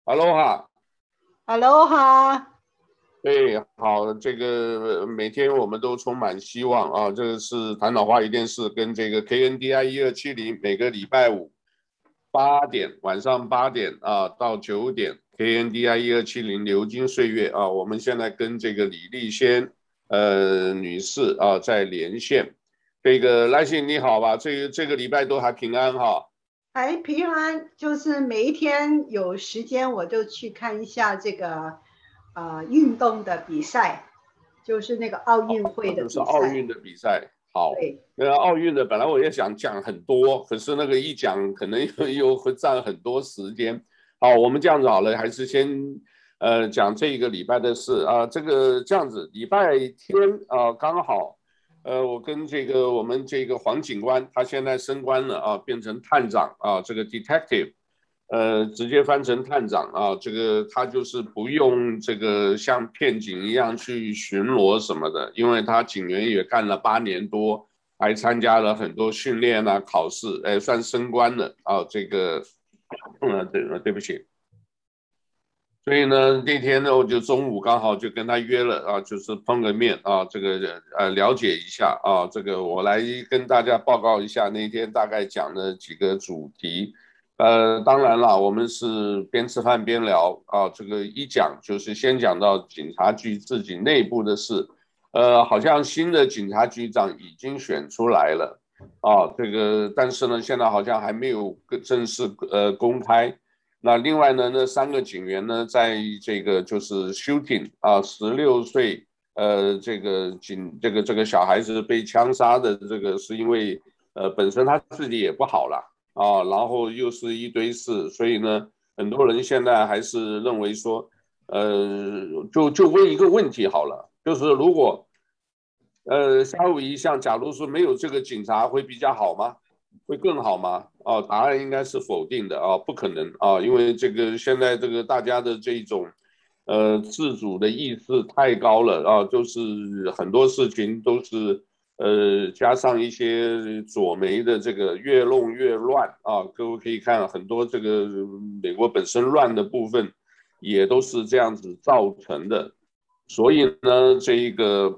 Hello 哈， Hello 哈， 哎，好，这个每天我们都充满希望啊。这个是谈脑话一件事，跟这个 KNDI 1270每个礼拜五晚上八点到9点，KNDI 1270流金岁月啊。我们现在跟这个李丽仙女士在连线。这个来信你好吧？这个礼拜都还平安哈。 哎，平安就是每一天有时间我就去看一下这个运动的比赛，就是那个奥运会的就是比赛。 奥运的比赛。好， 对， 那奥运的本来我也想讲很多，可是那个一讲可能又会占很多时间。好，我们这样子好了，还是先讲这一个礼拜的事啊。这个这样子，礼拜天刚好我跟我们这个黄警官，他现在升官了变成探长这个 detective。直接翻成探长这个他就是不用这个像片警一样去巡逻什么的，因为他警员也干了8年多，还参加了很多训练考试，算升官了这个，对不起。所以呢，那天呢，我就中午刚好就跟他约了就是碰个面这个了解一下这个我来跟大家报告一下那天大概讲的几个主题。当然了，我们是边吃饭边聊这个一讲就是先讲到警察局自己内部的事。好像新的警察局长已经选出来了这个但是呢，现在好像还没有正式公开。那另外呢，那3个警员呢，在这个就是 shooting 16岁，这个小孩子被枪杀的这个是因为本身他自己也不好了然后又是一堆事，所以呢，很多人现在还是认为说，就问一个问题好了，就是如果夏威夷像假如说没有这个警察会比较好吗？会更好吗？答案应该是否定的不可能因为这个现在这个大家的这种自主的意识太高了就是很多事情都是加上一些左媒的这个越弄越乱各位可以看很多这个美国本身乱的部分也都是这样子造成的。所以呢，这一个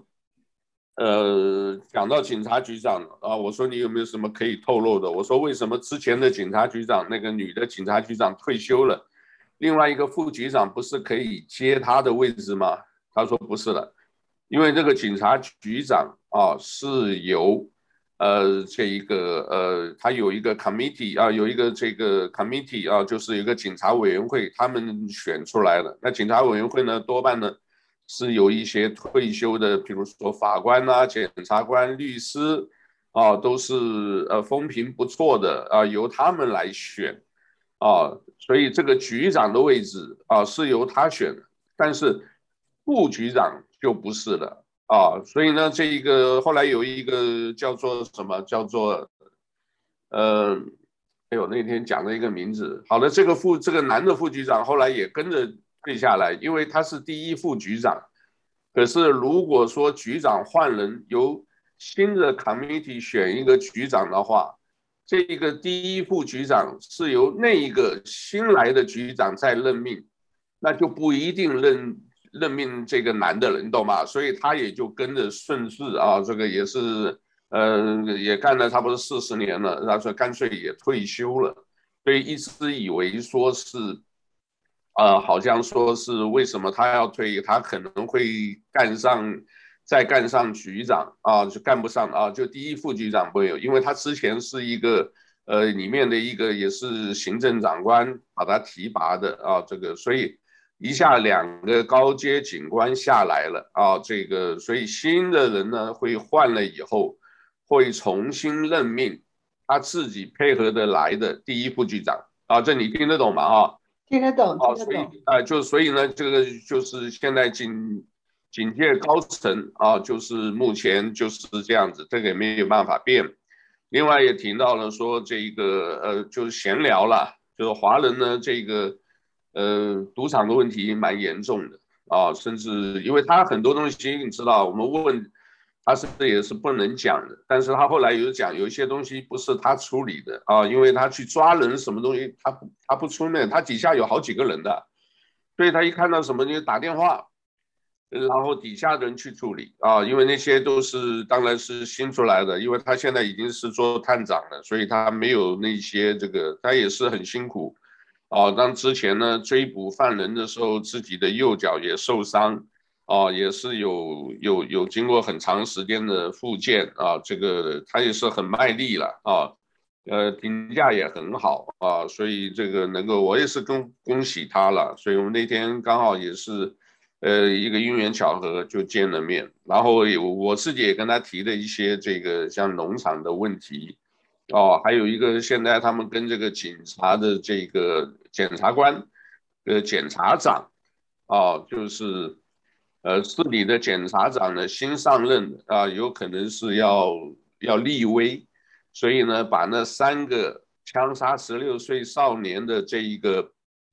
讲到警察局长我说你有没有什么可以透露的？我说为什么之前的警察局长那个女的警察局长退休了，另外一个副局长不是可以接她的位置吗？他说不是了，因为这个警察局长是由这一个他有一个 committee 有一个这个 committee 就是有一个警察委员会，他们选出来了。那警察委员会呢，多半呢是有一些退休的，比如说法官检察官、律师都是风评不错的由他们来选所以这个局长的位置是由他选的，但是副局长就不是了所以呢，这一个后来有一个叫做什么叫做呃，哎呦那天讲了一个名字，好的，这个男的副局长后来也跟着退下来，因为他是第一副局长。可是如果说局长换人，由新的 committee 选一个局长的话，这个第一副局长是由那一个新来的局长再任命，那就不一定任命这个男的人，懂吗？所以他也就跟着顺势这个也是也干了差不多40年了，他说干脆也退休了，所以一直以为说是好像说是为什么他要退，他可能会再干上局长就干不上就第一副局长不会有，因为他之前是一个里面的一个也是行政长官把他提拔的这个所以一下2个高阶警官下来了这个所以新的人呢会换了以后会重新任命他自己配合的来的第一副局长这你听得懂吗听得懂，听得所以懂。 所以呢，这个就是现在警界高层就是目前就是这样子，这个也没有办法变。另外也提到了说这个就是闲聊了，就是华人呢这个赌场的问题蛮严重的甚至因为他很多东西你知道，我们问他是也是不能讲的，但是他后来有讲有一些东西不是他处理的因为他去抓人什么东西他不出面，他底下有好几个人的所以他一看到什么就打电话，然后底下的人去处理啊，因为那些都是当然是新出来的，因为他现在已经是做探长了，所以他没有那些这个，他也是很辛苦啊。当之前呢追捕犯人的时候，自己的右脚也受伤啊，也是有经过很长时间的复健啊，这个他也是很卖力了啊。评价也很好啊，所以这个能够我也是恭喜他了，所以我们那天刚好也是，一个因缘巧合就见了面，然后我自己也跟他提了一些这个像农场的问题，哦，还有一个现在他们跟这个警察的这个检察官，检察长，哦，就是市里的检察长呢新上任啊，有可能是要立威。所以呢，把那3个枪杀16岁少年的这一个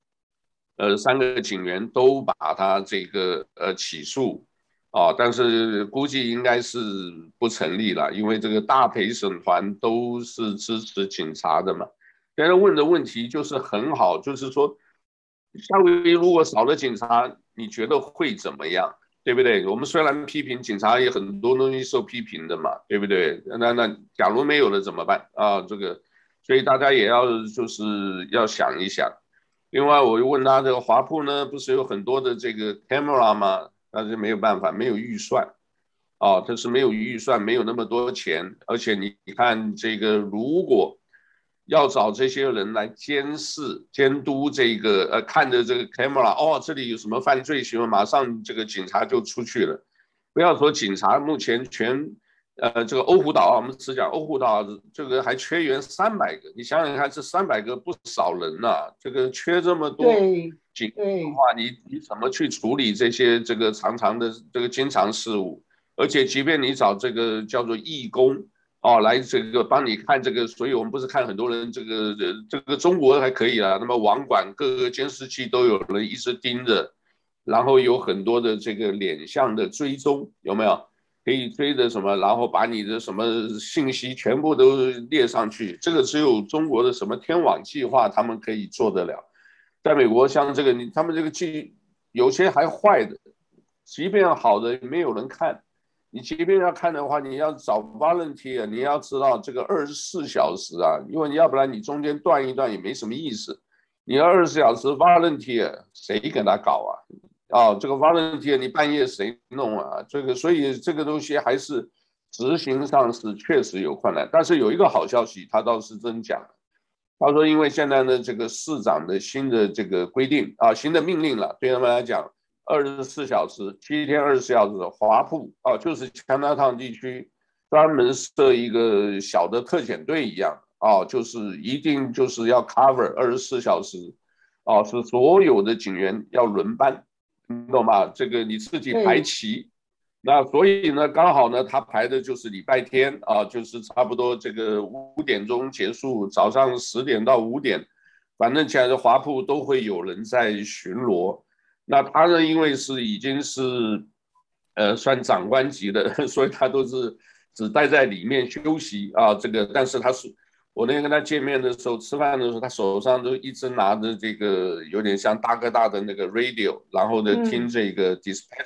3个警员都把他这个起诉啊，但是估计应该是不成立了，因为这个大陪审团都是支持警察的嘛。现在问的问题就是很好，就是说，夏威夷如果少了警察，你觉得会怎么样？对不对？我们虽然批评警察，也很多东西受批评的嘛，对不对？那假如没有了怎么办啊？这个，所以大家也要就是要想一想。另外，我又问他这个华埠呢，不是有很多的这个 camera 吗？但是没有办法，没有预算啊，这是没有预算，没有那么多钱，而且你看这个如果要找这些人来监视、监督这个看着这个 camera， 哦，这里有什么犯罪行为，马上这个警察就出去了。不要说警察，目前这个欧胡岛啊，我们只讲欧胡岛这个还缺员300个，你想想看，这300个不少人呐、啊，这个缺这么多警的话，你怎么去处理这些这个常常的这个经常事务？而且即便你找这个叫做义工。哦，来这个帮你看这个，所以我们不是看很多人这个中国还可以啊，那么网管各个监视器都有人一直盯着，然后有很多的这个脸像的追踪，有没有？可以追着什么，然后把你的什么信息全部都列上去，这个只有中国的什么天网计划他们可以做得了。在美国，像这个他们这个有些还坏的，即便好的没有人看。你即便要看的话，你要找 volunteer， 你要知道这个24小时啊，因为你要不然你中间断一段也没什么意思。你要24小时 volunteer， 谁给他搞啊？哦，这个 volunteer 你半夜谁弄啊？这个所以这个东西还是执行上是确实有困难。但是有一个好消息，他倒是真讲了，他说因为现在的这个市长的新的这个规定啊，新的命令了，对他们来讲。24小时，7天24小时，华埠啊，就是 Chinatown 地区专门设一个小的特遣队一样啊，就是一定就是要 cover 24小时啊，是所有的警员要轮班，你懂吗？这个你自己排齐。那所以呢，刚好呢，他排的就是礼拜天啊，就是差不多这个5点钟结束，早上10点到5点，反正起来的华埠都会有人在巡逻。那他呢，因为是已经是算长官级的，所以他都是只待在里面休息啊。这个，但是我那天跟他见面的时候，吃饭的时候，他手上都一直拿着这个有点像大哥大的那个 radio， 然后呢听这个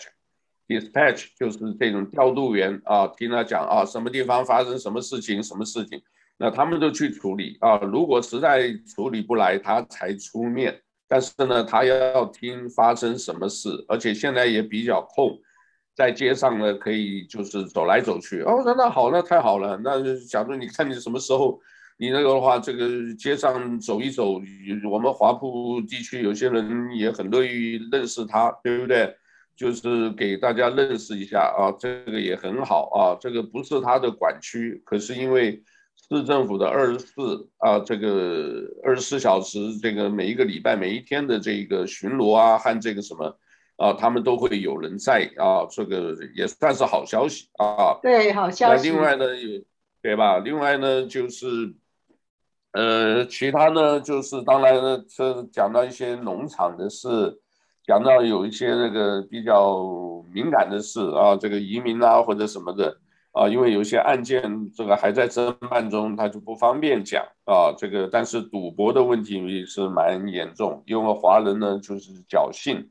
dispatch 就是这种调度员啊，听他讲啊什么地方发生什么事情，什么事情，那他们都去处理啊。如果实在处理不来，他才出面。但是呢，他要听发生什么事，而且现在也比较空，在街上呢可以就是走来走去。哦，那好，那太好了。那假如你看你什么时候你那个的话，这个街上走一走，我们华埠地区有些人也很乐意认识他，对不对？就是给大家认识一下啊，这个也很好啊。这个不是他的管区，可是因为市政府的24啊，这个24小时，这个每一个礼拜每一天的这个巡逻啊和这个什么啊，他们都会有人在啊，这个也算是好消息啊。 对，好消息。 那另外呢，对吧？另外呢，就是其他呢，就是当然呢，是讲到一些农场的事，讲到有一些那个比较敏感的事啊，这个移民啊或者什么的。啊，因为有些案件这个还在侦办中，他就不方便讲啊。这个但是赌博的问题是蛮严重，因为华人呢就是侥幸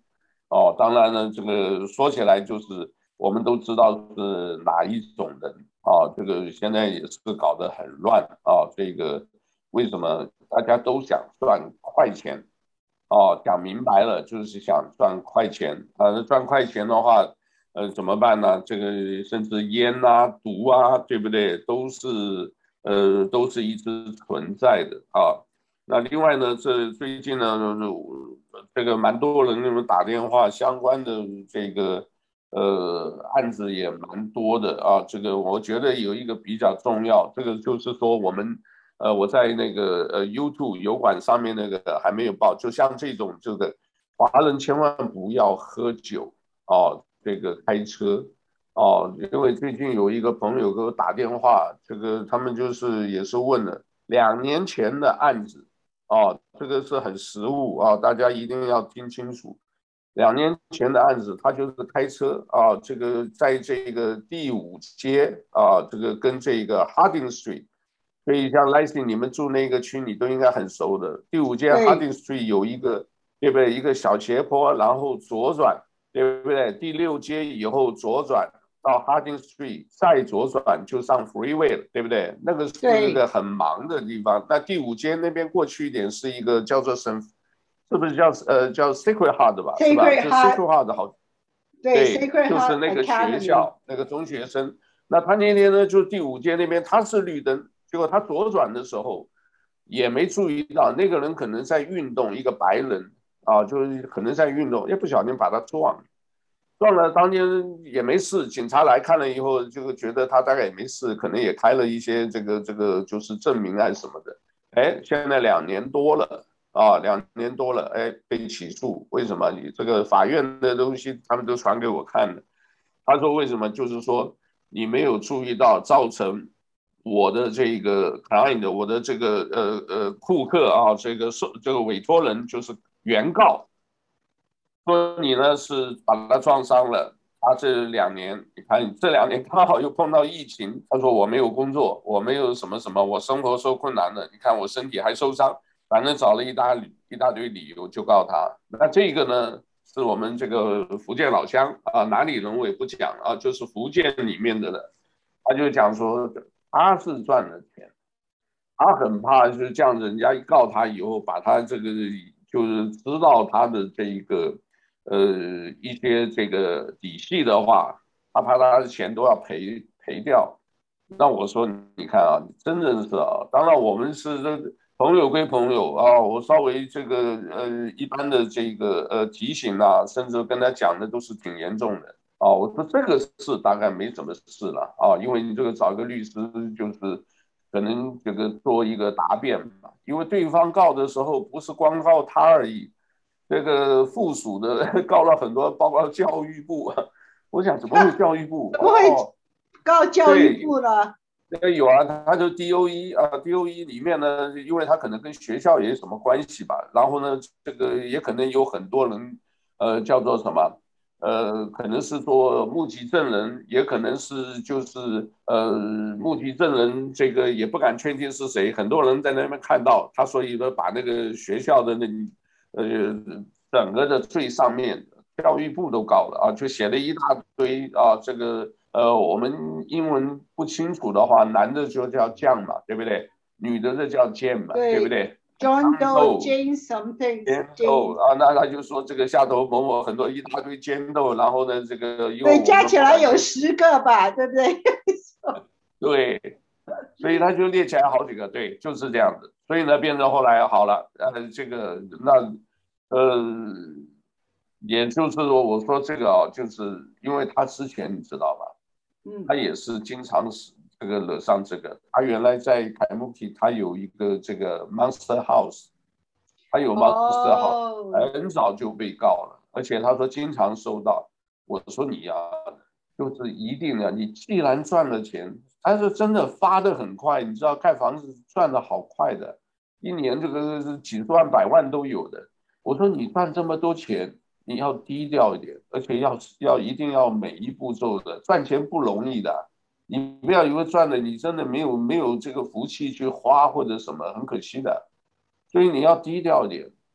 哦，当然呢，这个说起来就是我们都知道是哪一种人啊，这个现在也是搞得很乱啊。这个为什么大家都想赚快钱？哦，讲明白了就是想赚快钱。赚快钱的话，怎么办呢？这个甚至烟啊、毒啊，对不对？都是一直存在的啊。那另外呢，这最近呢，这个蛮多人给我们打电话，相关的这个案子也蛮多的啊。这个我觉得有一个比较重要，这个就是说我在那个YouTube 油管上面那个还没有报，就像这种这个华人千万不要喝酒哦，这个开车哦，因为最近有一个朋友给我打电话，这个他们就是也是问了2年前的案子。哦，这个是很实务啊，大家一定要听清楚。2年前的案子，他就是开车啊，这个在这个第5街啊，这个跟这个 Harding Street，所以像 Lacy 你们住那个区，你都应该很熟的。第5街对 Harding Street 有一个，对不对？一个小斜坡，然后左转，对不对？第6街以后左转，到 Harding Street，再左转就上 Freeway 了，对不对？那个是个对很忙的地方。那第5街那边过去一点是一个叫做是不是叫 Sacred Heart 吧？是吧？ ，Sacred 就 Heart， Sacred Heart 好， 对对， Sacred 就是 Heart 那个学 Academy， 校那个中学生。那他那天呢，就第5街那边他是绿灯，结果他左转的时候也没注意到那个人可能在运动，一个白人啊，就是可能在运动，也不小心把他撞了，当天也没事，警察来看了以后，就觉得他大概也没事，可能也开了一些这个就是证明啊什么的。哎，现在2年多了啊，2年多了，哎，被起诉，为什么？你这个法院的东西他们都传给我看了。他说为什么？就是说你没有注意到，造成我的这个 client，我的这个库克啊，这个委托人就是原告。说你呢是把他撞伤了，他这2年，你看这2年刚好又碰到疫情，他说我没有工作，我没有什么什么，我生活受困难了，你看我身体还受伤，反正找了一大堆理由就告他。那这个呢是我们这个福建老乡啊，哪里人我也不讲啊，就是福建里面的人，他就讲说他是赚了钱，他很怕就是这样，人家一告他以后，把他这个就是知道他的这一个一些这个底细的话，他怕他的钱都要赔掉。那我说，你看啊，真的是啊，当然我们是这朋友归朋友啊，我稍微这个一般的这个提醒啊，甚至跟他讲的都是挺严重的啊。我说这个事大概没什么事了啊，因为你这个找一个律师就是可能这个做一个答辩嘛，因为对方告的时候不是光告他而已，这个附属的告了很多，包括教育部啊。我想怎么会教育部？ 怎么会哦， 告教育对， 部呢？ 那个有啊，他就 DOE 啊，DOE 里面呢，因为他可能跟学校也有什么关系吧，然后呢，这个也可能有很多人，叫做什么，可能是做目击证人，也可能是就是目击证人这个也不敢确定是谁，很多人在那边看到他，所以呢，把那个学校的呃整个的最上面教育部都告了啊，就写了一大堆啊，这个我们英文不清楚的话，男的就叫酱嘛，对不对？女的这叫贱嘛，对不对对？ ，John 枪 Doe 斗、 Jane something 尖斗 Jane， 啊，那他就说这个下头某某很多一大堆尖斗，然后呢，这个因为对， 我加起来有们不敢确 10个吧，对不对？ 对，所以他就列起来好几个，对，就是这样子。所以呢，变成后来好了，这个那呃，也就是说，我说这个啊，就是因为他之前你知道吧， 嗯， 他也是经常是这个惹上这个。他原来在凯慕提，他有一个这个 Monster House，他有 Monster House， 哦， 很早就被告了，而且他说经常收到。我说你呀、就是一定的，你既然赚了钱，但是真的发的很快，你知道盖房子赚的好快的，一年这个是几十万、100万都有的。我说你赚这么多钱，你要低调一点，而且一定要每一步骤的赚钱不容易的，你不要以为赚了你真的没有这个福气去花或者什么，很可惜的。所以你要低调一点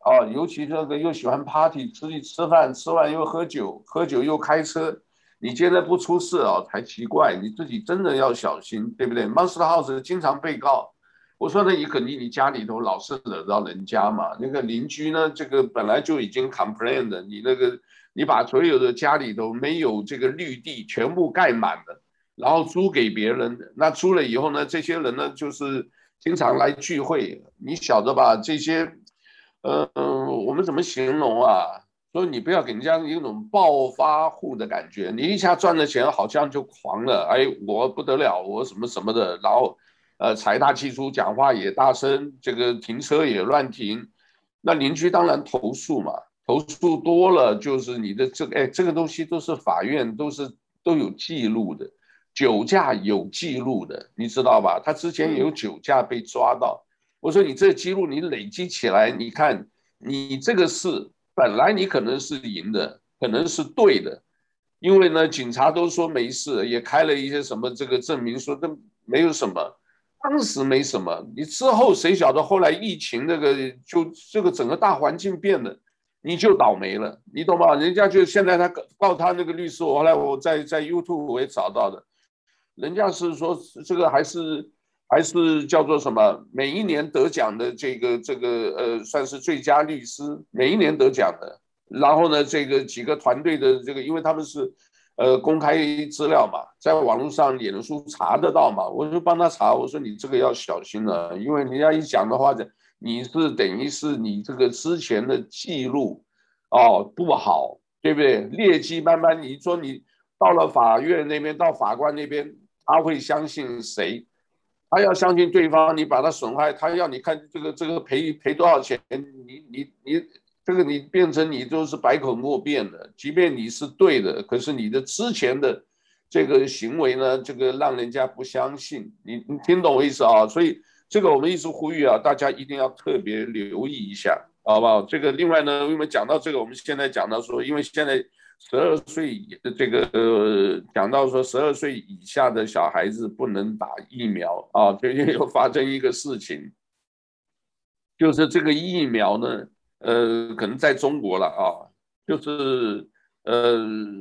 哦，尤其这个又喜欢 party，吃饭，吃完又喝酒，喝酒又开车，你现在不出事啊才奇怪，你自己真的要小心，对不对？Monster House 经常被告，我说呢，你肯定你家里头老是惹到人家嘛，那个邻居呢，这个本来就已经 complain 的，你那个你把所有的家里头没有这个绿地全部盖满了，然后租给别人，那租了以后呢，这些人呢就是经常来聚会，你晓得吧？这些。我们怎么形容啊？所以你不要给人家一种暴发户的感觉，你一下赚了钱好像就狂了，哎，我不得了，我什么什么的，然后财大气粗，讲话也大声，这个停车也乱停，那邻居当然投诉嘛，投诉多了就是你的这个，哎，这个东西都是法院都有记录的，酒驾有记录的，你知道吧？他之前也有酒驾被抓到。我说你这记录你累积起来，你看你这个事本来你可能是赢的，可能是对的，因为呢警察都说没事，也开了一些什么这个证明说这没有什么，当时没什么，你之后谁晓得后来疫情那个就这个整个大环境变了。你就倒霉了，你懂吗？人家就现在他告他那个律师，后来我在 YouTube 我也找到的，人家是说这个还是叫做什么？每一年得奖的这个算是最佳律师，每一年得奖的。然后呢，这个几个团队的这个，因为他们是公开资料嘛，在网络上、脸书查得到嘛，我就帮他查。我说你这个要小心了，因为人家一讲的话，你是等于是你这个之前的记录哦不好，对不对？劣迹斑斑，你说你到了法院那边，到法官那边，他会相信谁？他要相信对方，你把他损害，他要你看这个赔多少钱，你这个你变成你都是百口莫辩的，即便你是对的，可是你的之前的这个行为呢，这个让人家不相信，你听懂我意思啊？所以这个我们一直呼吁啊，大家一定要特别留意一下，好不好？这个另外呢，因为讲到这个，我们现在讲到说，因为现在12岁这个讲到说12岁以下的小孩子不能打疫苗啊，最近又发生一个事情，就是这个疫苗呢，可能在中国了啊，就是呃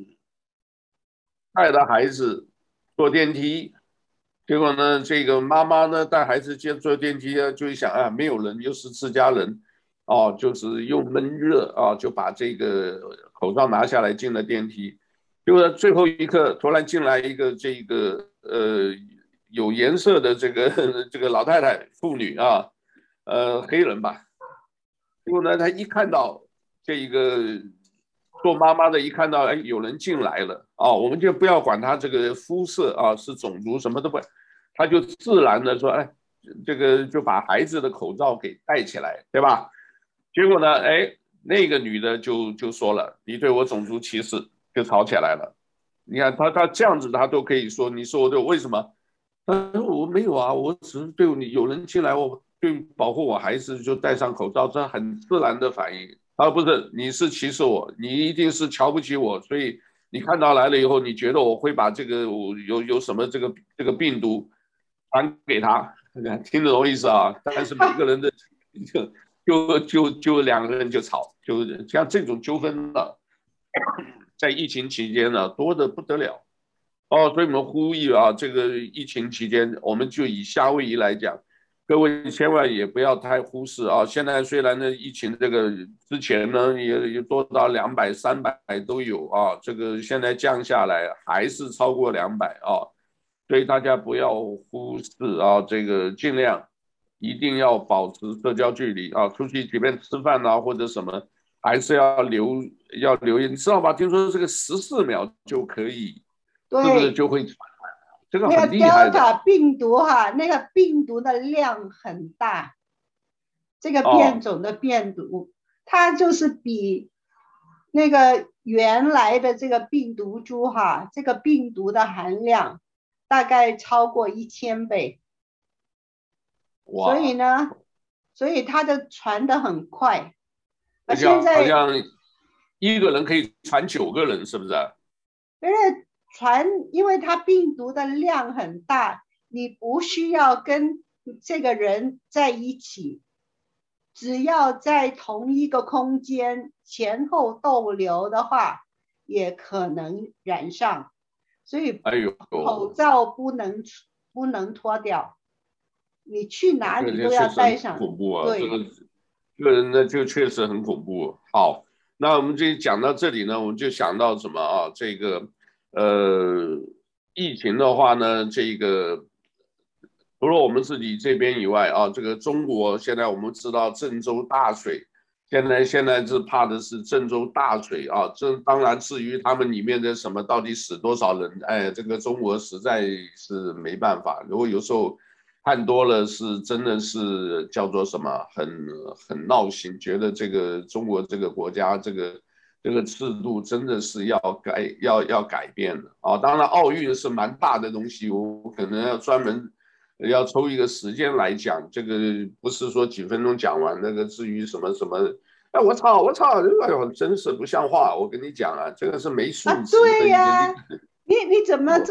带着孩子坐电梯，结果呢，这个妈妈呢带孩子坐电梯啊，就想啊，没有人，又是自家人，哦，就是又闷热啊，就把这个口罩拿下来进了电梯。结果最后一刻突然进来一个这个有颜色的这个这个老太太妇女啊，黑人吧。结果呢，她一看到这一个做妈妈的，一看到哎有人进来了啊，我们就不要管他这个肤色啊，是种族什么都不，他就自然的说，哎，这个就把孩子的口罩给戴起来，对吧？结果呢，哎，那个女的就说了，你对我种族歧视，就吵起来了。你看他这样子，他都可以说，你说我对为什么？他说我没有啊，我只是对你有人进来，我对保护我孩子就戴上口罩，这很自然的反应。他说不是，你是歧视我，你一定是瞧不起我，所以你看到来了以后，你觉得我会把这个我有什么这个病毒传给他？听得懂意思啊？但是每个人的就两个人就吵，就像这种纠纷呢，在疫情期间呢多的不得了。哦，所以我们呼吁啊，这个疫情期间，我们就以夏威夷来讲，各位千万也不要太忽视啊。现在虽然呢，疫情这个之前呢也多到200、300都有啊，这个现在降下来还是超过200啊，所以大家不要忽视啊，这个尽量一定要保持社交距离啊，出去即便吃饭啊或者什么，还是要留意，你知道吧？听说这个14秒就可以。是不是对， 就会传染？这个那个很厉害的 Delta 病毒哈，那个病毒的量很大，这个变哦， 种的病毒，它就是比那个原来的这个病毒株哈，这个病毒的含量大概超过1000倍，所以哇， 呢，所以它的传的很快，而而且好现在像一个人可以传9个人，是不是？ 因为因为它病毒的量很大，你不需要跟这个人在一起， 只要在同一个空间前后逗留的话，也可能染上。所以哎呦， 口罩不能脱掉，你去哪里都要这确实很戴上。 恐怖啊！ 对， 这个人呢，就确实很恐怖。好，那我们这讲到这里呢，我们就想到什么啊？这个疫情的话呢，这个除了我们自己这边以外啊，这个中国现在我们知道郑州大水，现在是怕的是郑州大水啊。这当然，至于他们里面的什么到底死多少人，哎，这个中国实在是没办法。如果有时候看多了，是真的是叫做什么，很闹心，觉得这个中国这个国家这个制度真的是要改变的啊。当然，奥运是蛮大的东西，我可能要专门要抽一个时间来讲，这个不是说几分钟讲完。那个至于什么什么，哎，我操，我操，哎呦，真是不像话！我跟你讲啊，这个是没素啊， 质的对一个， 呀，你怎么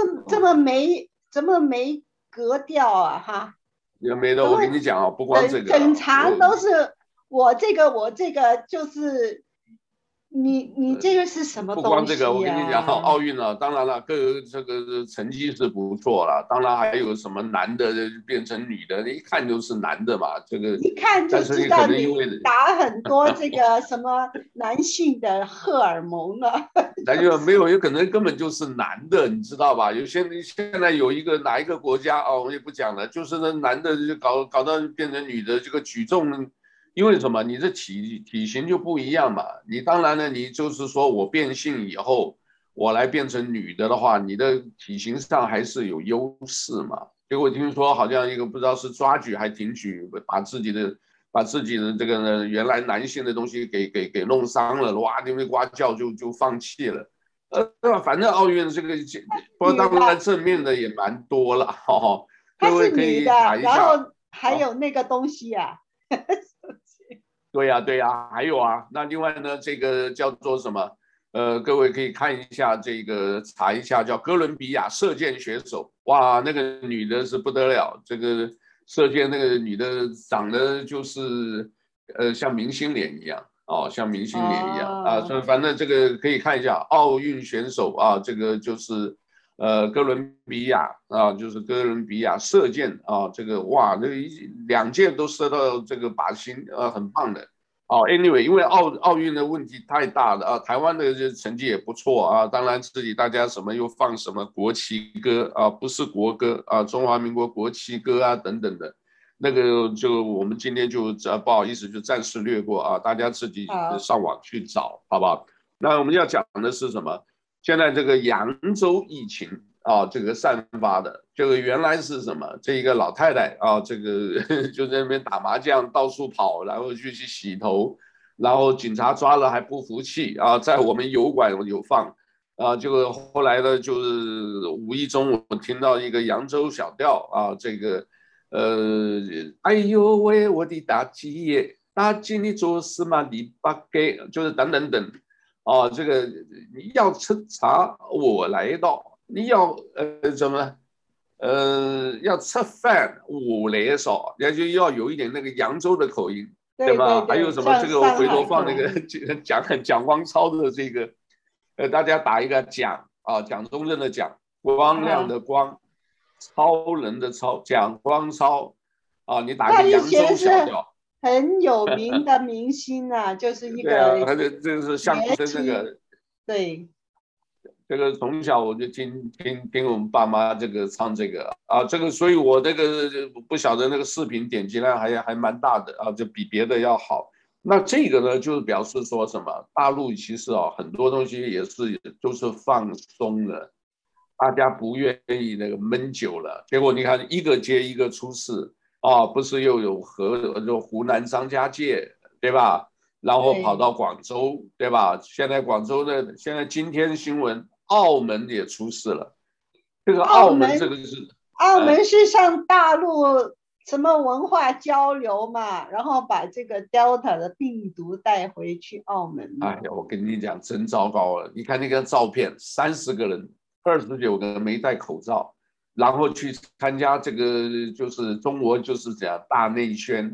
这么没格调啊哈？ 也没的。 怎么我跟你讲啊，不光这个啊， 整场都是我这个就是你这个是什么不光这个， 东西我跟你讲， 呀？ 奥运呢，当然了，这个成绩是不错了，当然还有什么男的变成女的，一看就是男的嘛。这个， 一看就但是你可知道你能因为打很多这个什么男性的荷尔蒙了。 那就没有，有可能根本就是男的，你知道吧？现在有一个哪一个国家啊，我也不讲了，就是那男的就搞到变成女的，这个举重，因为什么？你这体型就不一样嘛。你当然了，你就是说我变性以后，我来变成女的话，你的体型上还是有优势嘛。结果听说好像一个不知道是抓举还挺举，把自己的这个呢原来男性的东西给弄伤了，哇，因为呱叫就放弃了。对吧？反正奥运这个，不过当然女的， 正面的也蛮多了，哦， 她是各位可以女的， 查一下然后还啊。 有那个东西呀、 对呀，对呀，还有啊，那另外呢，这个叫做什么？各位可以看一下这个，查一下叫哥伦比亚射箭选手，哇，那个女的是不得了，这个射箭那个女的长得就是像明星脸一样哦，像明星脸一样啊。所以哦， 反正这个可以看一下奥运选手啊，这个就是哥伦比亚啊，就是哥伦比亚射箭啊，这个哇，这2箭都射到这个靶心啊，很棒的。哦，anyway，因为奥运的问题太大了啊，台湾的这成绩也不错啊，当然自己大家什么又放什么国旗歌啊，不是国歌啊，中华民国国旗歌啊等等的，那个就我们今天就不好意思就暂时略过啊，大家自己好， 上网去找，好不好？那我们要讲的是什么？现在这个扬州疫情啊，这个散发的，这个原来是什么？这一个老太太啊，这个就在那边打麻将，到处跑，然后去洗头，然后警察抓了还不服气啊，在我们油管有放啊，这个后来呢，就是无意中我听到一个扬州小调啊，这个哎呦喂，我的大鸡爷，大鸡你做事嘛，你不给，就是等等等。哦，这个你要吃茶我来到，你要怎么要吃饭我来烧，那就要有一点那个扬州的口音，对对对吗？还有对， 什么？ 像这个我上海回头放那个口音。 蒋光超的这个，大家打一个蒋啊，蒋中正的蒋，光亮啊， 的光，超人的超，蒋光超啊，你打他个扬州以前是小调。 很有名的明星啊，就是一对啊， 个这是相崛起。 声那个对， 这个从小我就听我们爸妈这个唱这个啊，这个所以我这个不晓得那个视频点击量还蛮大的啊，就比别的要好。那这个呢，就是表示说什么？大陆其实啊，很多东西也是都是放松了，大家不愿意那个闷久了，结果你看一个接一个出事啊，不是又有就湖南张家界对吧？然后跑对， 到广州，对吧？现在广州的，现在今天新闻，澳门也出事了。这个澳门这澳门， 个是， 澳门是上大陆什么文化交流嘛，然后把这个 Delta 的病毒带回去澳门嘛。 哎呀，我跟你讲，真糟糕了。你看那个照片，30个人，29个没戴口罩，然后去参加这个就是中国就是这样大内宣，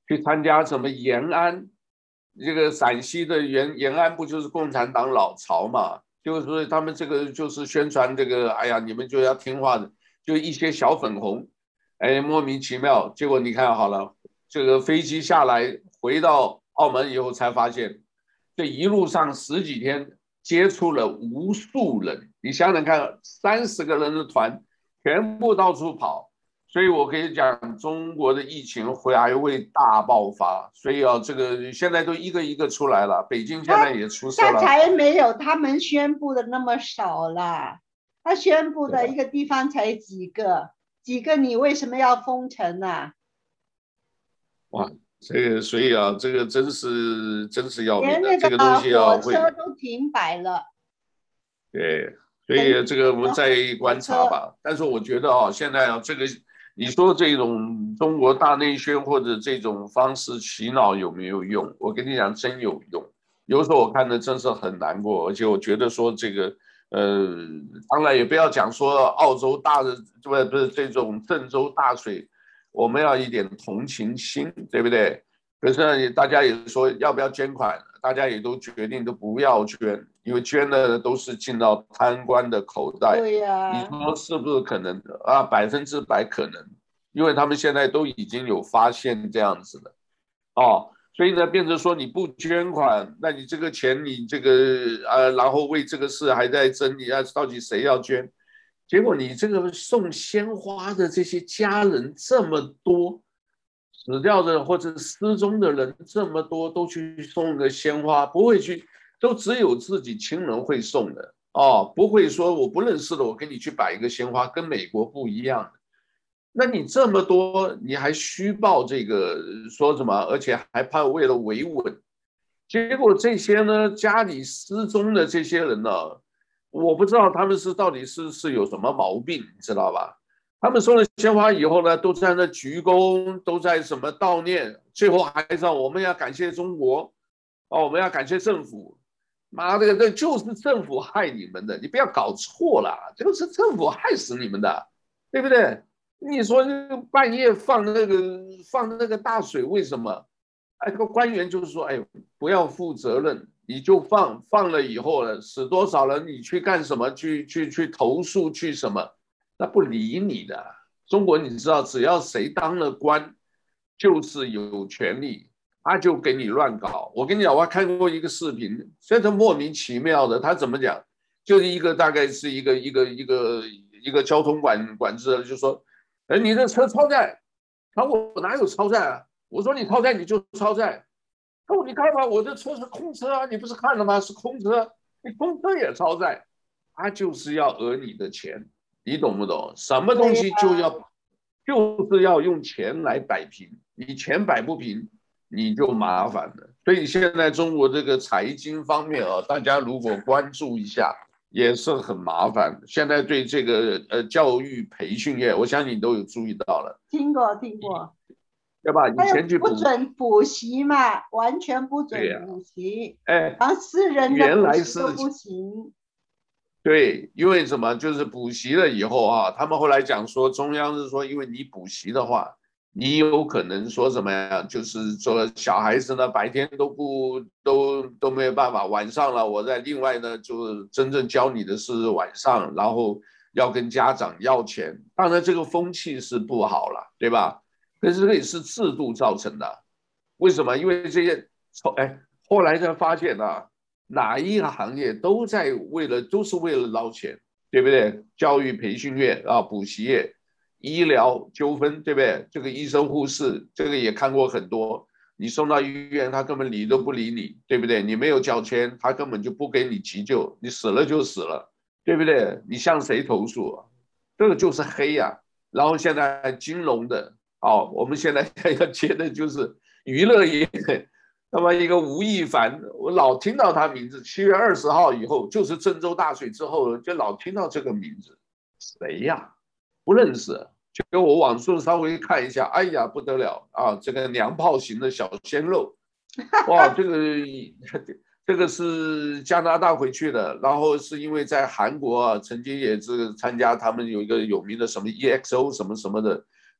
去参加什么延安，这个陕西的延安不就是共产党老巢嘛？就是说他们这个就是宣传这个，哎呀，你们就要听话的，就一些小粉红，哎，莫名其妙。结果你看好了，这个飞机下来回到澳门以后才发现，这一路上十几天接触了无数人，你想想看，30个人的团全部到处跑。所以我可以讲，中国的疫情还会大爆发，所以啊，这个现在都一个一个出来了，北京现在也出事了， 才没有他们宣布的那么少啦，他宣布的一个地方才几个，几个你为什么要封城呢？ 哇，这个所以啊，这个真是要命的， 连那个这个东西啊火会， 车都停摆了， 对，所以这个我们再观察吧。但是我觉得啊，现在啊，这个你说这种中国大内宣或者这种方式洗脑有没有用？我跟你讲，真有用。有时候我看的真是很难过，而且我觉得说这个，当然也不要讲说澳洲大的，不是这种郑州大水，我们要一点同情心，对不对？可是呢，大家也说要不要捐款，大家也都决定都不要捐，因为捐的都是进到贪官的口袋。 对呀、 你说是不是可能的啊？100%可能，因为他们现在都已经有发现这样子的哦，所以呢，变成说你不捐款，那你这个钱你这个然后为这个事还在争，你要到底谁要捐？结果你这个送鲜花的这些家人这么多。死掉的或者失踪的人这么多，都去送个鲜花，不会去，都只有自己亲人会送的哦，不会说我不认识的，我给你去摆一个鲜花，跟美国不一样。那你这么多，你还虚报这个说什么？而且还怕为了维稳，结果这些呢，家里失踪的这些人呢，我不知道他们到底是有什么毛病，你知道吧？他们送了鲜花以后呢，都在那鞠躬，都在什么悼念，最后还让我们要感谢中国，哦，我们要感谢政府。妈的，这就是政府害你们的，你不要搞错了，这个是政府害死你们的，对不对？你说半夜放那个大水，为什么？哎，这个官员就是说，哎，不要负责任，你就放了以后呢，死多少人，你去干什么？去投诉去什么？那不理你的。中国你知道，只要谁当了官，就是有权利，他就给你乱搞。我跟你讲，我还看过一个视频，非常莫名其妙的，他怎么讲？就是大概是一个交通管制的，就说，哎，你这车超载，他说我哪有超载啊？我说你超载你就超载，他说你看吧，我这车是空车啊，你不是看了吗？是空车，你空车也超载，他就是要讹你的钱，你懂不懂？什么东西就是要用钱来摆平，你钱摆不平，你就麻烦了。所以现在中国这个财经方面啊，大家如果关注一下，也是很麻烦。现在对这个教育培训业，我相信你都有注意到了， 听过听过， 对吧？以还有前去不准补习嘛，完全不准对呀、 补习， 哎， 然后私人的补原来是习都不行。 对，因为什么？就是补习了以后啊，他们后来讲说，中央是说，因为你补习的话，你有可能说什么呀？就是说小孩子呢，白天都没有办法，晚上了，我在另外呢，就真正教你的是晚上，然后要跟家长要钱。当然，这个风气是不好了，对吧？可是这个也是制度造成的。为什么？因为这些，哎，后来才发现啊。哪一个行业都是为了捞钱，对不对？教育培训业啊，补习业，医疗纠纷，对不对？这个医生护士，这个也看过很多。你送到医院，他根本理都不理你，对不对？你没有缴钱，他根本就不给你急救，你死了就死了，对不对？你向谁投诉啊？这个就是黑呀、啊。然后现在金融的，哦，我们现在要接的就是娱乐业。那么一个吴亦凡，我老听到他名字。7月20号以后，就是郑州大水之后，就老听到这个名字，谁呀？不认识。就我网速稍微看一下，哎呀不得了啊！这个娘炮型的小鲜肉，哇，这个是加拿大回去的，然后是因为在韩国啊，曾经也是参加他们有一个有名的什么 EXO 什么什么的，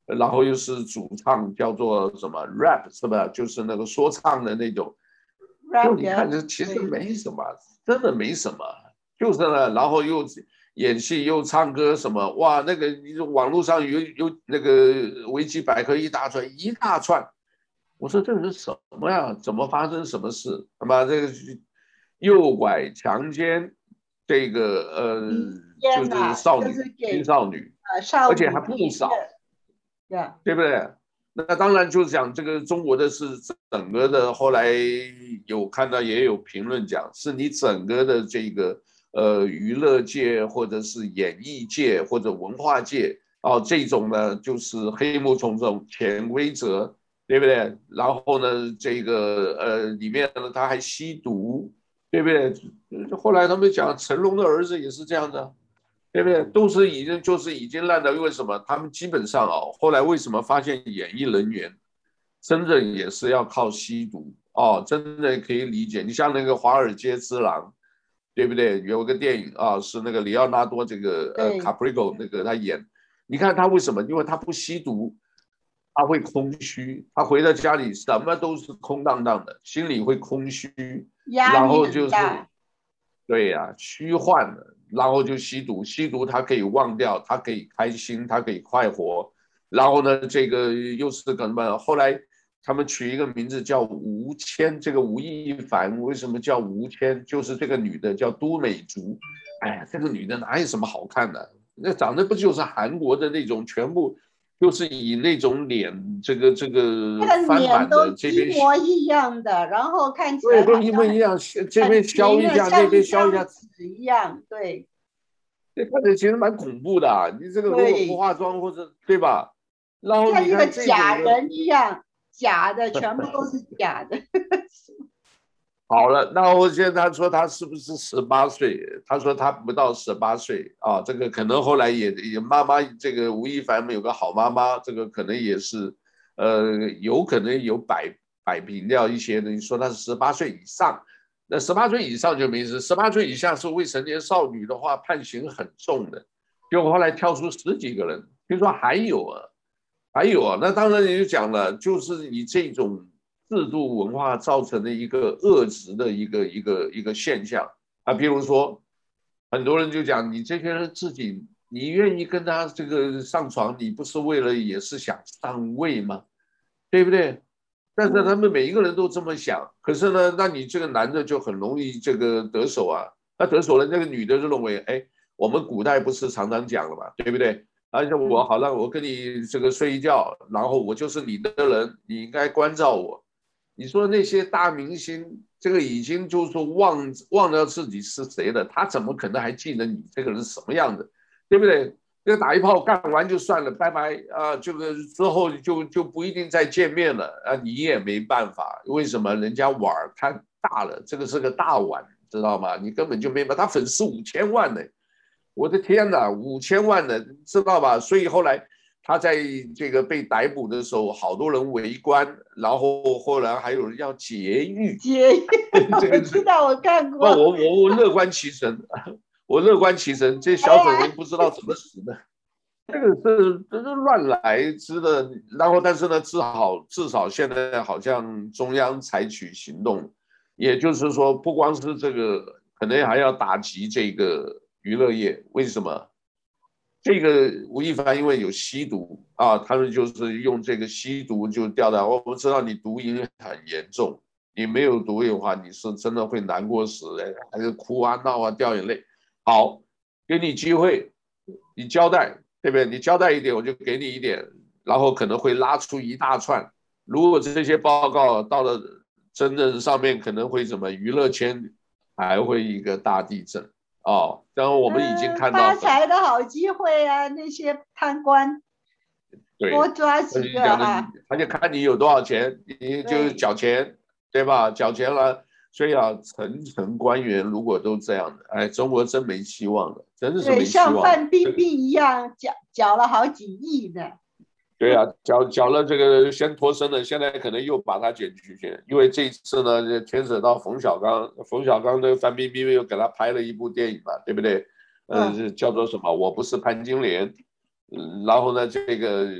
然后又是主唱，叫做什么 rap 是吧？就是那个说唱的那种。就 rap 你看，这其实没什么，真的没什么，就是呢，然后又演戏又唱歌什么，哇，那个你网络上有那个维基百科一大串一大串，我说这是什么呀？怎么发生什么事？他妈这个诱拐、强奸，这个就是天呐， 少女、 就是给青少女， 少而且还女的不少。 呀， 对不对？那当然就是讲这个中国的是整个的，后来有看到也有评论讲，是你整个的这个娱乐界或者是演艺界或者文化界哦，这种呢就是黑幕重重、潜规则，对不对？然后呢，这个里面呢他还吸毒，对不对？后来他们讲成龙的儿子也是这样的。对不对？都是已经烂到，因为什么？他们基本上啊，后来为什么发现演艺人员真正也是要靠吸毒哦？真的可以理解。你像那个《华尔街之狼》，对不对？有个电影啊，是那个里奥纳多这个卡对， 普里狗那个他演，你看他为什么？因为他不吸毒，他会空虚，他回到家里什么都是空荡荡的，心里会空虚， 压力然后就是很大。 对呀、虚幻的，然后就吸毒，吸毒他可以忘掉，他可以开心，他可以快活，然后呢，这个又是个什么？后来他们取一个名字叫吴谦，这个吴亦凡为什么叫吴谦？就是这个女的叫都美竹，哎呀，这个女的哪有什么好看的？那长得不就是韩国的那种，全部就是以那种脸，这个他的翻版脸都的这边。 一模一样的，然后看起对， 来好都一模一样，这边很平的， 削一下，那像一边削一下， 张纸一样。对这看着其实蛮恐怖的啊。你这个如果不对， 化妆或者对吧？然后像一个你看这种的， 假人一样，假的，全部都是假的。 好了，那我现在他说他是不是18岁？他说他不到18岁啊，这个可能后来也妈妈这个吴亦凡有个好妈妈，这个可能也是有可能有摆平掉一些的。你说他是十八岁以上，那十八岁以上就没事，十八岁以下是未成年少女的话，判刑很重的。结果后来跳出10几个人，听说还有啊，还有啊，那当然也就讲了，就是你这种制度文化造成的一个恶质的一个现象啊。比如说，很多人就讲你这些人自己，你愿意跟他这个上床，你不是为了也是想上位吗？对不对？但是他们每一个人都这么想，可是呢，那你这个男的就很容易这个得手啊。那得手了，那个女的就认为，哎，我们古代不是常常讲了嘛，对不对？而且我好了，我跟你这个睡一觉，然后我就是你的人，你应该关照我。你说那些大明星，这个已经就是说忘了自己是谁了，他怎么可能还记得你这个人是什么样的，对不对？这个打一炮干完就算了，拜拜啊！这个之后就不一定再见面了啊，你也没办法，为什么？人家碗太大了，这个是个大碗，知道吗？你根本就没办法，他粉丝5000万呢，我的天哪，5000万呢，知道吧？所以后来他在这个被逮捕的时候，好多人围观，然后后来还有人要劫狱， 姐， 这个是我知道，我看不， 过。 我乐观其成，我乐观其成，这小粉红不知道怎么死的。这是乱来之的，然后但是呢，至少现在好像中央采取行动，也就是说，不光是这个，可能还要打击这个娱乐业。为什么？这个吴亦凡因为有吸毒啊，他们就是用这个吸毒就调到。我们知道你毒瘾很严重，你没有毒瘾的话，你是真的会难过死，还是哭啊闹啊掉眼泪。好，给你机会，你交代，对不对？你交代一点，我就给你一点，然后可能会拉出一大串。如果这些报告到了真正上面，可能会什么娱乐圈还会一个大地震。哦，然后我们已经看到发财的好机会啊！那些贪官多对， 抓几他就讲的， 个啊！ 他就看你有多少钱，你就对缴钱，对吧？缴钱了，所以啊，层层官员如果都这样的，哎，中国真没希望了，真的是对， 没希像望了。 范冰冰一样，缴了好几亿呢。 对啊，缴了这个先脱身了，现在可能又把他减去去，因为这一次呢，牵扯到冯小刚，冯小刚的范冰冰又给他拍了一部电影嘛，对不对？ 嗯， 叫做什么？我不是潘金莲。然后呢，这个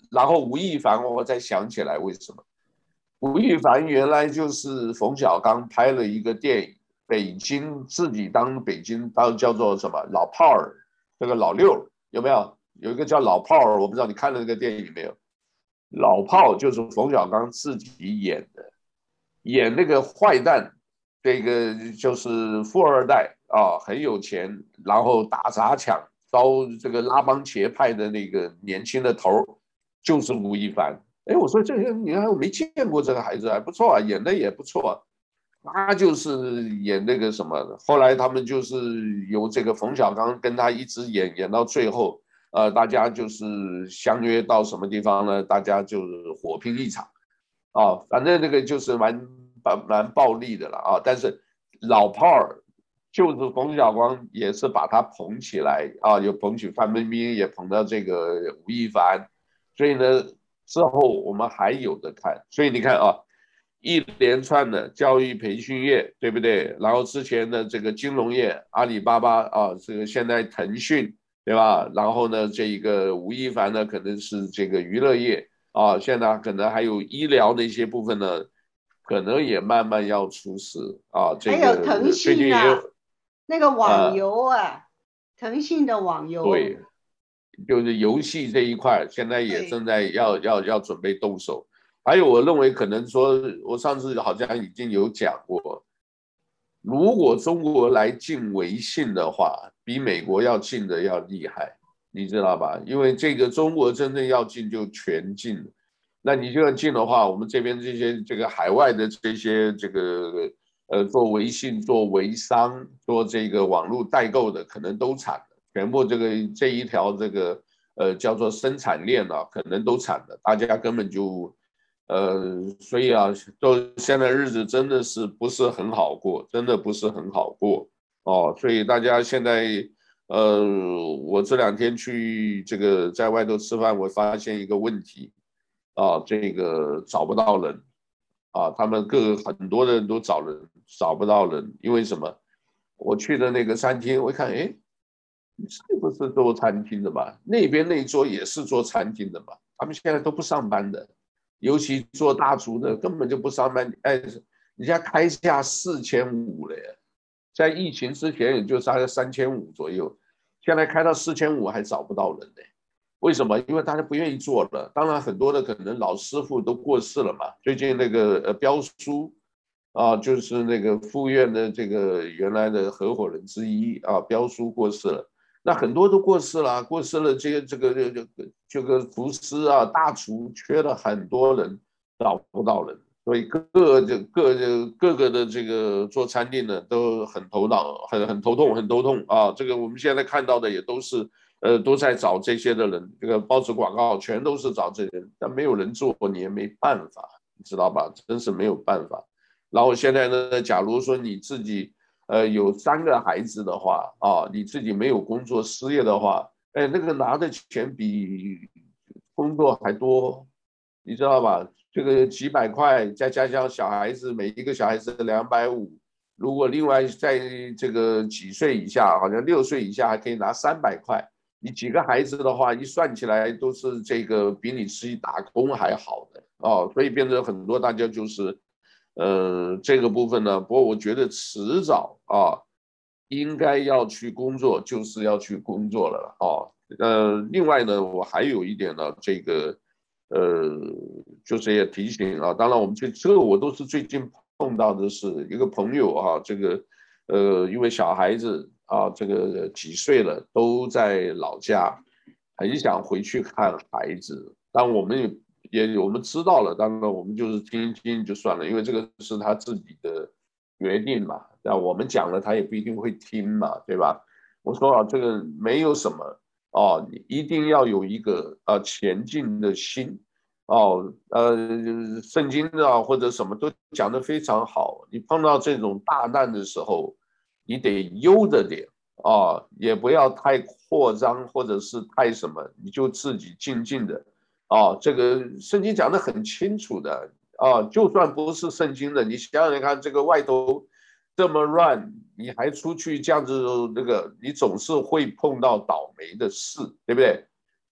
然后吴亦凡，我才想起来为什么。吴亦凡原来就是冯小刚拍了一个电影，北京自己当北京当叫做什么老炮儿，这个老六有没有？有一个叫老炮儿，我不知道你看了那个电影没有？老炮就是冯小刚自己演的，演那个坏蛋，这个就是富二代啊，很有钱，然后打砸抢，招这个拉帮结派的那个年轻的头，就是吴亦凡。哎，我说这个你看我没见过这个孩子，还不错啊，演的也不错啊。他就是演那个什么，后来他们就是由这个冯小刚跟他一直演到最后，大家就是相约到什么地方呢？大家就是火拼一场啊，反正这个就是蛮暴力的了啊。但是老炮儿就是冯小刚也是把他捧起来啊，有捧起范冰冰，也捧到这个吴亦凡，所以呢之后我们还有的看。所以你看啊。一连串的教育培训业，对不对？然后之前的这个金融业，阿里巴巴啊，这个现在腾讯，对吧？然后呢，这一个吴亦凡呢，可能是这个娱乐业啊，现在可能还有医疗的一些部分呢，可能也慢慢要出事啊。这还有个腾最近也有讯啊，那个网游啊，腾讯的网游， 对，就是游戏这一块，现在也对， 正在要准备动手。还有，我认为可能说，我上次好像已经有讲过，如果中国来禁微信的话，比美国要禁的要厉害，你知道吧？因为这个中国真正要禁就全禁了。那你就要禁的话，我们这边这个海外的这些做微信、做微商、做这个网络代购的，可能都惨了，全部这一条叫做生产链啊，可能都惨了，大家根本就所以啊，都现在日子真的是不是很好过，真的不是很好过哦。所以大家现在，我这两天去这个在外头吃饭，我发现一个问题啊，这个找不到人啊，他们很多人都找不到人，因为什么？我去的那个餐厅，我一看，哎，是不是做餐厅的吧？那边那一桌也是做餐厅的吧？他们现在都不上班的。尤其做大厨的根本就不上班，哎，人家开价4500了耶，在疫情之前也就大概3500左右，现在开到4500还找不到人呢。为什么？因为大家不愿意做了。当然，很多的可能老师傅都过世了嘛。最近那个彪叔啊，就是那个副院的这个原来的合伙人之一啊，彪叔过世了。那很多都过世了，过世了，这个厨师啊，大厨缺了很多人，找不到人，所以各个的这个做餐厅的都很头脑，很头痛，很头痛啊。这个我们现在看到的也都是，都在找这些的人，这个报纸广告全都是找这些人，但没有人做，你也没办法，你知道吧？真是没有办法。然后现在呢，假如说你自己有3个孩子的话啊，你自己没有工作失业的话，哎，那个拿的钱比工作还多，你知道吧？这个几百块，再加上小孩子每一个小孩子250，如果另外在这个几岁以下，好像6岁以下还可以拿300块，你几个孩子的话，一算起来都是这个比你去打工还好的哦，所以变成很多大家就是。这个部分呢，不过我觉得迟早啊，应该要去工作，就是要去工作了啊。另外呢，我还有一点呢，呃，就是也提醒啊，当然我们这个我都是最近碰到的是一个朋友啊，因为小孩子啊，这个几岁了，都在老家，很想回去看孩子，但我们我们知道了，当然我们就是听一听就算了，因为这个是他自己的决定嘛。那我们讲了，他也不一定会听嘛，对吧？我说啊，这个没有什么哦，你一定要有一个前进的心哦。圣经啊或者什么都讲得非常好。你碰到这种大难的时候，你得悠着点也不要太扩张或者是太什么，你就自己静静的这个圣经讲得很清楚的就算不是圣经的，你想想看，这个外头这么乱，你还出去这样子，你总是会碰到倒霉的事，对不对？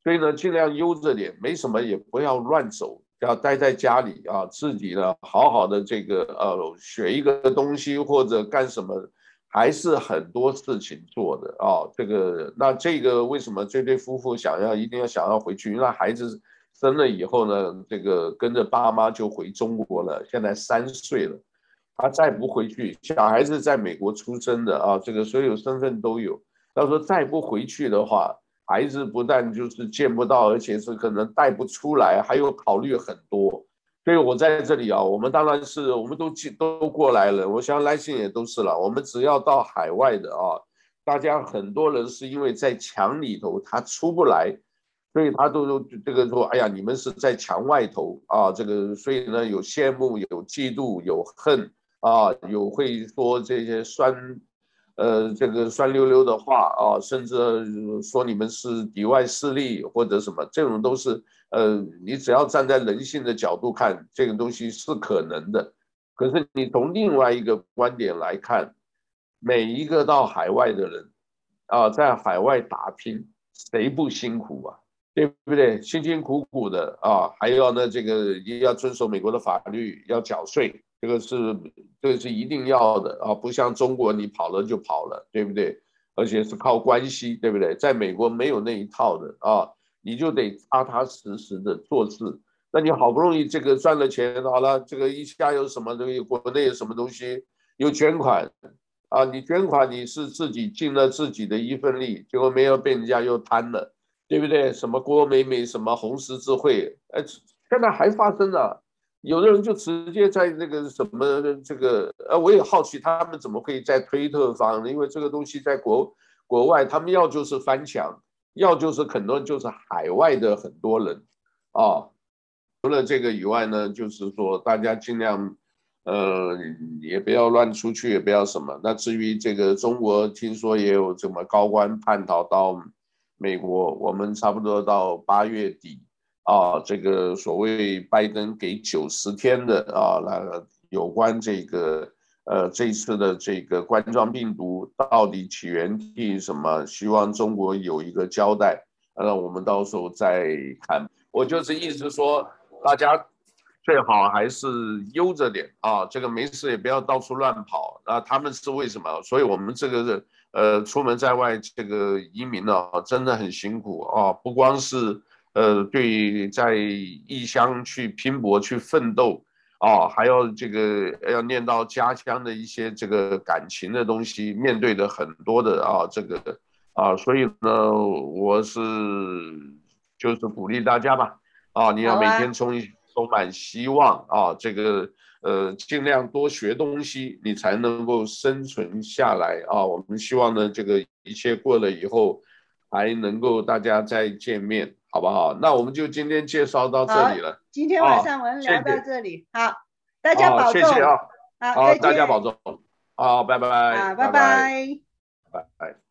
所以呢，尽量悠着点，没什么也不要乱走，要待在家里啊，自己呢好好的这个学一个东西或者干什么，还是很多事情做的啊。这个为什么这对夫妇一定要想要回去？因为孩子生了以后呢，这个跟着爸妈就回中国了，现在3岁了。他再不回去，小孩子在美国出生的啊，这个所有身份都有。到时候再不回去的话，孩子不但就是见不到，而且是可能带不出来，还有考虑很多。所以我在这里啊，我们当然是我们都过来了，我想来信也都是了。我们只要到海外的啊，大家很多人是因为在墙里头他出不来，所以他都这个说，哎呀，你们是在墙外头啊，这个所以呢有羡慕，有嫉妒，有恨。啊，有会说这些这个酸溜溜的话啊，甚至说你们是敌外势力或者什么，这种都是你只要站在人性的角度看，这个东西是可能的。可是你从另外一个观点来看，每一个到海外的人啊，在海外打拼，谁不辛苦啊？对不对？辛辛苦苦的啊，还要呢，这个也要遵守美国的法律，要缴税，这个是一定要的啊，不像中国你跑了就跑了，对不对？而且是靠关系，对不对？在美国没有那一套的啊，你就得踏踏实实的做事。那你好不容易这个赚了钱，好了，这个一下有什么东西，国内有什么东西，有捐款啊，你捐款你是自己尽了自己的一份力，结果没有被人家又贪了。对不对？什么郭美美，什么红十字会，现在还发生了。有的人就直接在那个什么这个，我也好奇他们怎么可以在推特上，因为这个东西在国外，他们要就是翻墙，要就是很多就是海外的很多人啊。除了这个以外呢，就是说大家尽量也不要乱出去，也不要什么。那至于这个中国，听说也有这么高官叛逃到美国，我们差不多到8月底啊，这个所谓拜登给90天的啊，那有关这个这一次的这个冠状病毒到底起源地什么，希望中国有一个交代，那我们到时候再看。我就是意思说，大家最好还是悠着点啊，这个没事也不要到处乱跑啊。他们是为什么？所以我们这个出门在外这个移民呢、啊，真的很辛苦啊，不光是对在异乡去拼搏去奋斗啊，还要这个要念到家乡的一些这个感情的东西，面对的很多的啊这个啊，所以呢，我就是鼓励大家吧。啊，你要每天好啊， 充满希望啊，这个尽量多学东西，你才能够生存下来啊。我们希望呢，这个一切过了以后，还能够大家再见面，好不好？那我们就今天介绍到这好， 里了今天晚啊， 上我们聊到谢谢这里，好，大家啊， 保重， 谢谢啊， 好， 好， 再见， 大家保重，好，拜拜， 啊，拜拜拜， 拜。 拜拜。